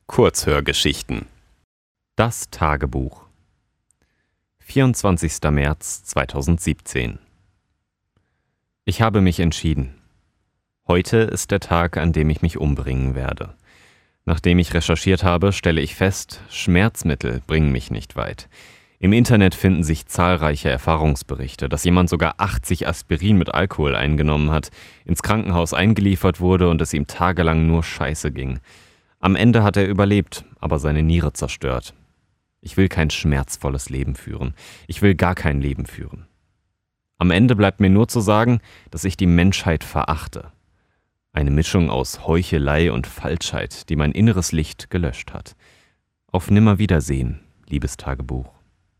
Kurzhörgeschichten. Das Tagebuch. 24. März 2017. Ich habe mich entschieden. Heute ist der Tag, an dem ich mich umbringen werde. Nachdem ich recherchiert habe, stelle ich fest, Schmerzmittel bringen mich nicht weit. Im Internet finden sich zahlreiche Erfahrungsberichte, dass jemand sogar 80 Aspirin mit Alkohol eingenommen hat, ins Krankenhaus eingeliefert wurde und es ihm tagelang nur scheiße ging. Am Ende hat er überlebt, aber seine Niere zerstört. Ich will kein schmerzvolles Leben führen. Ich will gar kein Leben führen. Am Ende bleibt mir nur zu sagen, dass ich die Menschheit verachte. Eine Mischung aus Heuchelei und Falschheit, die mein inneres Licht gelöscht hat. Auf Nimmerwiedersehen, liebes Tagebuch.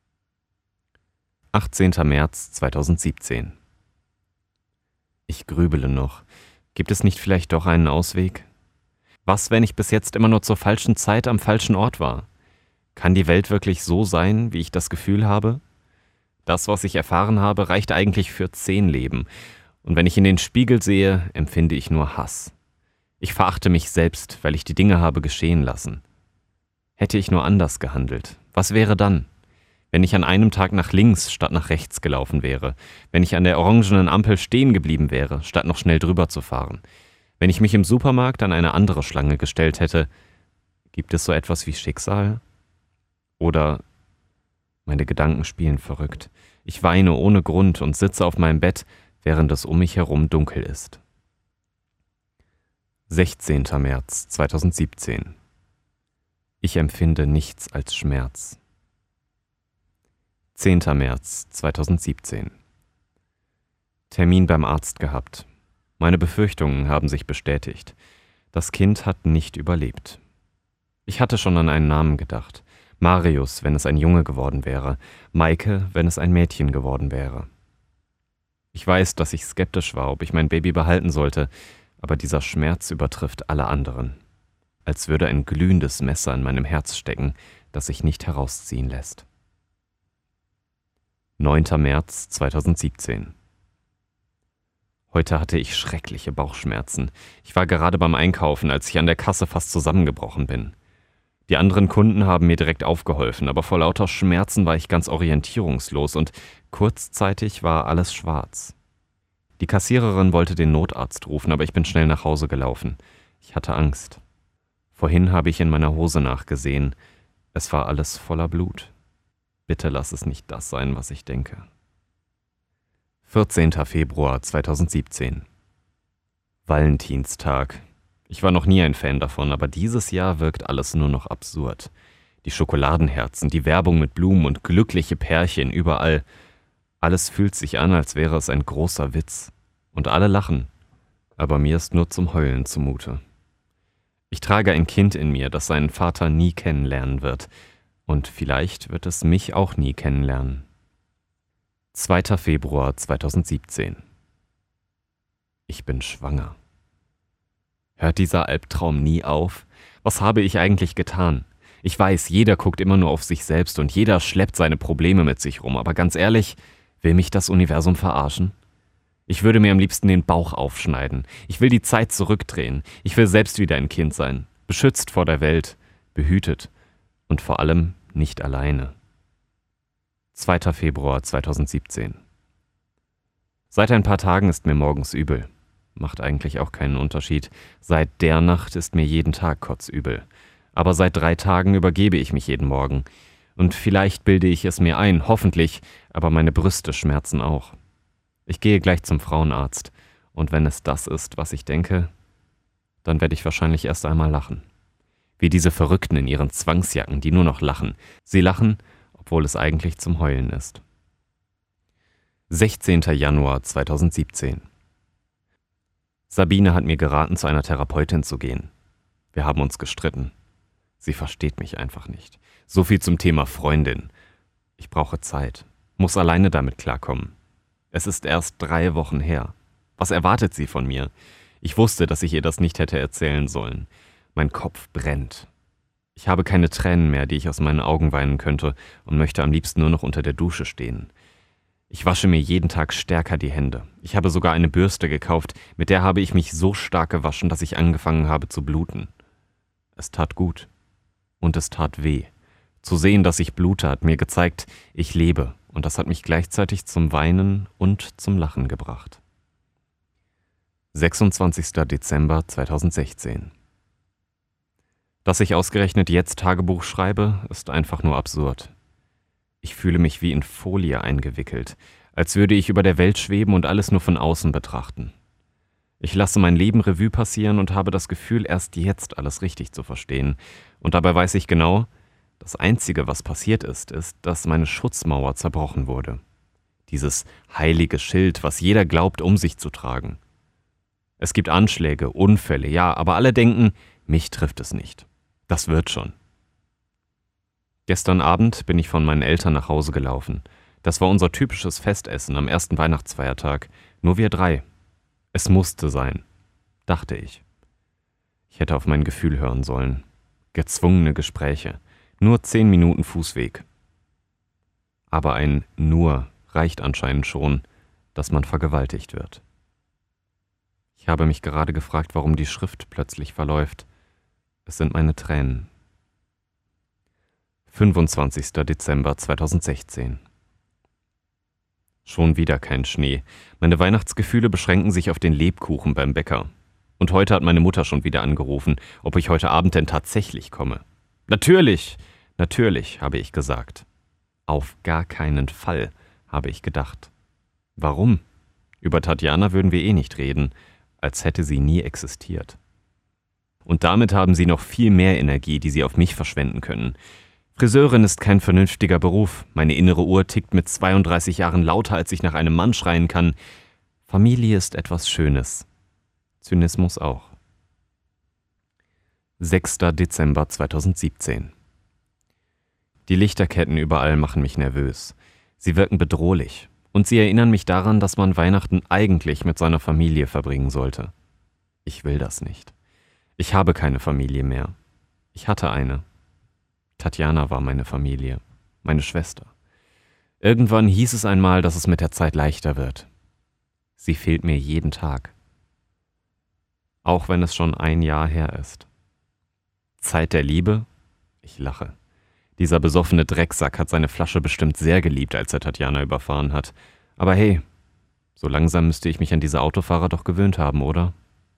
18. März 2017. Ich grübele noch. Gibt es nicht vielleicht doch einen Ausweg? Was, wenn ich bis jetzt immer nur zur falschen Zeit am falschen Ort war? Kann die Welt wirklich so sein, wie ich das Gefühl habe? Das, was ich erfahren habe, reicht eigentlich für 10 Leben. Und wenn ich in den Spiegel sehe, empfinde ich nur Hass. Ich verachte mich selbst, weil ich die Dinge habe geschehen lassen. Hätte ich nur anders gehandelt, was wäre dann? Wenn ich an einem Tag nach links statt nach rechts gelaufen wäre, wenn ich an der orangenen Ampel stehen geblieben wäre, statt noch schnell drüber zu fahren, wenn ich mich im Supermarkt an eine andere Schlange gestellt hätte, gibt es so etwas wie Schicksal? Oder meine Gedanken spielen verrückt. Ich weine ohne Grund und sitze auf meinem Bett, während es um mich herum dunkel ist. 16. März 2017. Ich empfinde nichts als Schmerz. 10. März 2017. Termin beim Arzt gehabt. Meine Befürchtungen haben sich bestätigt. Das Kind hat nicht überlebt. Ich hatte schon an einen Namen gedacht. Marius, wenn es ein Junge geworden wäre. Maike, wenn es ein Mädchen geworden wäre. Ich weiß, dass ich skeptisch war, ob ich mein Baby behalten sollte, aber dieser Schmerz übertrifft alle anderen. Als würde ein glühendes Messer in meinem Herz stecken, das sich nicht herausziehen lässt. 9. März 2017. Heute hatte ich schreckliche Bauchschmerzen. Ich war gerade beim Einkaufen, als ich an der Kasse fast zusammengebrochen bin. Die anderen Kunden haben mir direkt aufgeholfen, aber vor lauter Schmerzen war ich ganz orientierungslos und kurzzeitig war alles schwarz. Die Kassiererin wollte den Notarzt rufen, aber ich bin schnell nach Hause gelaufen. Ich hatte Angst. Vorhin habe ich in meiner Hose nachgesehen. Es war alles voller Blut. Bitte lass es nicht das sein, was ich denke. 14. Februar 2017. Valentinstag. Ich war noch nie ein Fan davon, aber dieses Jahr wirkt alles nur noch absurd. Die Schokoladenherzen, die Werbung mit Blumen und glückliche Pärchen überall. Alles fühlt sich an, als wäre es ein großer Witz. Und alle lachen. Aber mir ist nur zum Heulen zumute. Ich trage ein Kind in mir, das seinen Vater nie kennenlernen wird. Und vielleicht wird es mich auch nie kennenlernen. 2. Februar 2017. Ich bin schwanger. Hört dieser Albtraum nie auf? Was habe ich eigentlich getan? Ich weiß, jeder guckt immer nur auf sich selbst und jeder schleppt seine Probleme mit sich rum, aber ganz ehrlich, will mich das Universum verarschen? Ich würde mir am liebsten den Bauch aufschneiden. Ich will die Zeit zurückdrehen. Ich will selbst wieder ein Kind sein, beschützt vor der Welt, behütet und vor allem nicht alleine. 2. Februar 2017. Seit ein paar Tagen ist mir morgens übel. Macht eigentlich auch keinen Unterschied. Seit der Nacht ist mir jeden Tag kotzübel. Aber seit 3 Tagen übergebe ich mich jeden Morgen. Und vielleicht bilde ich es mir ein, hoffentlich, aber meine Brüste schmerzen auch. Ich gehe gleich zum Frauenarzt. Und wenn es das ist, was ich denke, dann werde ich wahrscheinlich erst einmal lachen. Wie diese Verrückten in ihren Zwangsjacken, die nur noch lachen. Sie lachen, obwohl es eigentlich zum Heulen ist. 16. Januar 2017. Sabine hat mir geraten, zu einer Therapeutin zu gehen. Wir haben uns gestritten. Sie versteht mich einfach nicht. So viel zum Thema Freundin. Ich brauche Zeit, muss alleine damit klarkommen. Es ist erst 3 Wochen her. Was erwartet sie von mir? Ich wusste, dass ich ihr das nicht hätte erzählen sollen. Mein Kopf brennt. Ich habe keine Tränen mehr, die ich aus meinen Augen weinen könnte und möchte am liebsten nur noch unter der Dusche stehen. Ich wasche mir jeden Tag stärker die Hände. Ich habe sogar eine Bürste gekauft, mit der habe ich mich so stark gewaschen, dass ich angefangen habe zu bluten. Es tat gut. Und es tat weh. Zu sehen, dass ich blute, hat mir gezeigt, ich lebe, und das hat mich gleichzeitig zum Weinen und zum Lachen gebracht. 26. Dezember 2016. Dass ich ausgerechnet jetzt Tagebuch schreibe, ist einfach nur absurd. Ich fühle mich wie in Folie eingewickelt, als würde ich über der Welt schweben und alles nur von außen betrachten. Ich lasse mein Leben Revue passieren und habe das Gefühl, erst jetzt alles richtig zu verstehen. Und dabei weiß ich genau, das Einzige, was passiert ist, dass meine Schutzmauer zerbrochen wurde. Dieses heilige Schild, was jeder glaubt, um sich zu tragen. Es gibt Anschläge, Unfälle, ja, aber alle denken, mich trifft es nicht. Das wird schon. Gestern Abend bin ich von meinen Eltern nach Hause gelaufen. Das war unser typisches Festessen am ersten Weihnachtsfeiertag. Nur wir drei. Es musste sein, dachte ich. Ich hätte auf mein Gefühl hören sollen. Gezwungene Gespräche. Nur 10 Minuten Fußweg. Aber ein nur reicht anscheinend schon, dass man vergewaltigt wird. Ich habe mich gerade gefragt, warum die Schrift plötzlich verläuft. Es sind meine Tränen. 25. Dezember 2016. Schon wieder kein Schnee. Meine Weihnachtsgefühle beschränken sich auf den Lebkuchen beim Bäcker. Und heute hat meine Mutter schon wieder angerufen, ob ich heute Abend denn tatsächlich komme. Natürlich, habe ich gesagt. Auf gar keinen Fall, habe ich gedacht. Warum? Über Tatjana würden wir eh nicht reden, als hätte sie nie existiert. Und damit haben sie noch viel mehr Energie, die sie auf mich verschwenden können. Friseurin ist kein vernünftiger Beruf. Meine innere Uhr tickt mit 32 Jahren lauter, als ich nach einem Mann schreien kann. Familie ist etwas Schönes. Zynismus auch. 6. Dezember 2017. Die Lichterketten überall machen mich nervös. Sie wirken bedrohlich. Und sie erinnern mich daran, dass man Weihnachten eigentlich mit seiner Familie verbringen sollte. Ich will das nicht. Ich habe keine Familie mehr. Ich hatte eine. Tatjana war meine Familie, meine Schwester. Irgendwann hieß es einmal, dass es mit der Zeit leichter wird. Sie fehlt mir jeden Tag. Auch wenn es schon ein Jahr her ist. Zeit der Liebe? Ich lache. Dieser besoffene Drecksack hat seine Flasche bestimmt sehr geliebt, als er Tatjana überfahren hat. Aber hey, so langsam müsste ich mich an diese Autofahrer doch gewöhnt haben, oder?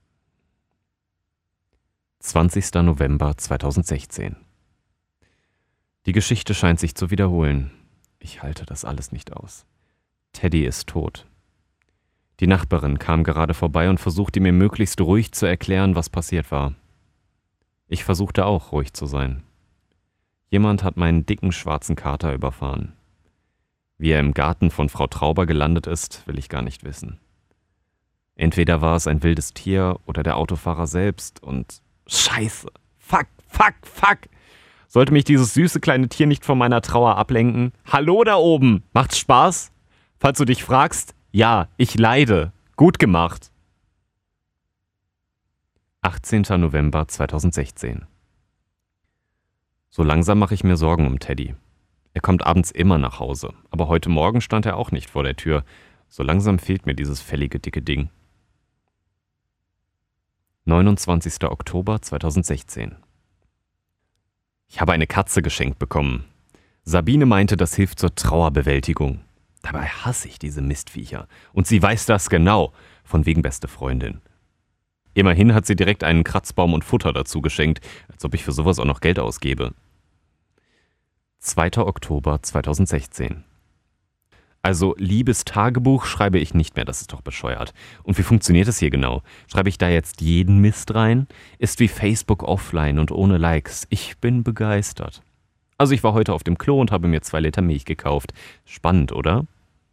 20. November 2016. Die Geschichte scheint sich zu wiederholen. Ich halte das alles nicht aus. Teddy ist tot. Die Nachbarin kam gerade vorbei und versuchte mir möglichst ruhig zu erklären, was passiert war. Ich versuchte auch, ruhig zu sein. Jemand hat meinen dicken schwarzen Kater überfahren. Wie er im Garten von Frau Trauber gelandet ist, will ich gar nicht wissen. Entweder war es ein wildes Tier oder der Autofahrer selbst und Scheiße, fuck. Sollte mich dieses süße kleine Tier nicht von meiner Trauer ablenken? Hallo da oben, macht's Spaß? Falls du dich fragst, ja, ich leide. Gut gemacht. 18. November 2016. So langsam mache ich mir Sorgen um Teddy. Er kommt abends immer nach Hause, aber heute Morgen stand er auch nicht vor der Tür. So langsam fehlt mir dieses fällige, dicke Ding. 29. Oktober 2016. Ich habe eine Katze geschenkt bekommen. Sabine meinte, das hilft zur Trauerbewältigung. Dabei hasse ich diese Mistviecher. Und sie weiß das genau, von wegen beste Freundin. Immerhin hat sie direkt einen Kratzbaum und Futter dazu geschenkt, als ob ich für sowas auch noch Geld ausgebe. 2. Oktober 2016. Also Liebestagebuch schreibe ich nicht mehr, das ist doch bescheuert. Und wie funktioniert es hier genau? Schreibe ich da jetzt jeden Mist rein? Ist wie Facebook offline und ohne Likes. Ich bin begeistert. Also ich war heute auf dem Klo und habe mir 2 Liter Milch gekauft. Spannend, oder?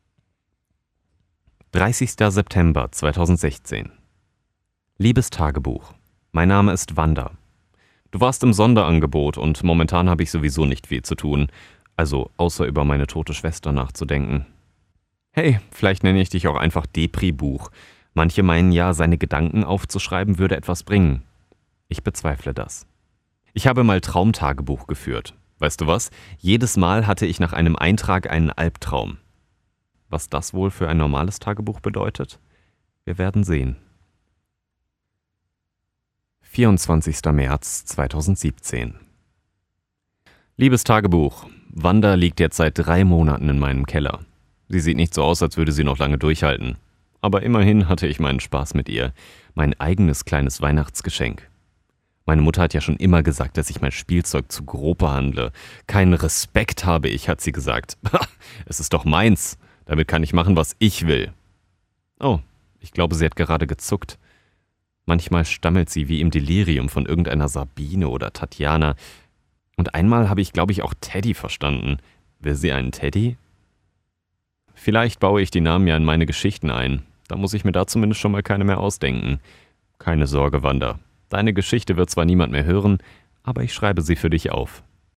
30. September 2016. Liebes Tagebuch. Mein Name ist Wanda. Du warst im Sonderangebot und momentan habe ich sowieso nicht viel zu tun. Also außer über meine tote Schwester nachzudenken. Hey, vielleicht nenne ich dich auch einfach Depri-Buch. Manche meinen ja, seine Gedanken aufzuschreiben würde etwas bringen. Ich bezweifle das. Ich habe mal Traumtagebuch geführt. Weißt du was? Jedes Mal hatte ich nach einem Eintrag einen Albtraum. Was das wohl für ein normales Tagebuch bedeutet? Wir werden sehen. 24. März 2017. Liebes Tagebuch, Wanda liegt jetzt seit 3 Monaten in meinem Keller. Sie sieht nicht so aus, als würde sie noch lange durchhalten. Aber immerhin hatte ich meinen Spaß mit ihr. Mein eigenes kleines Weihnachtsgeschenk. Meine Mutter hat ja schon immer gesagt, dass ich mein Spielzeug zu grob behandle. Keinen Respekt habe ich, hat sie gesagt. Es ist doch meins. Damit kann ich machen, was ich will. Oh, ich glaube, sie hat gerade gezuckt. Manchmal stammelt sie wie im Delirium von irgendeiner Sabine oder Tatjana. Und einmal habe ich, glaube ich, auch Teddy verstanden. Will sie einen Teddy? Vielleicht baue ich die Namen ja in meine Geschichten ein. Da muss ich mir da zumindest schon mal keine mehr ausdenken. Keine Sorge, Wanda. Deine Geschichte wird zwar niemand mehr hören, aber ich schreibe sie für dich auf.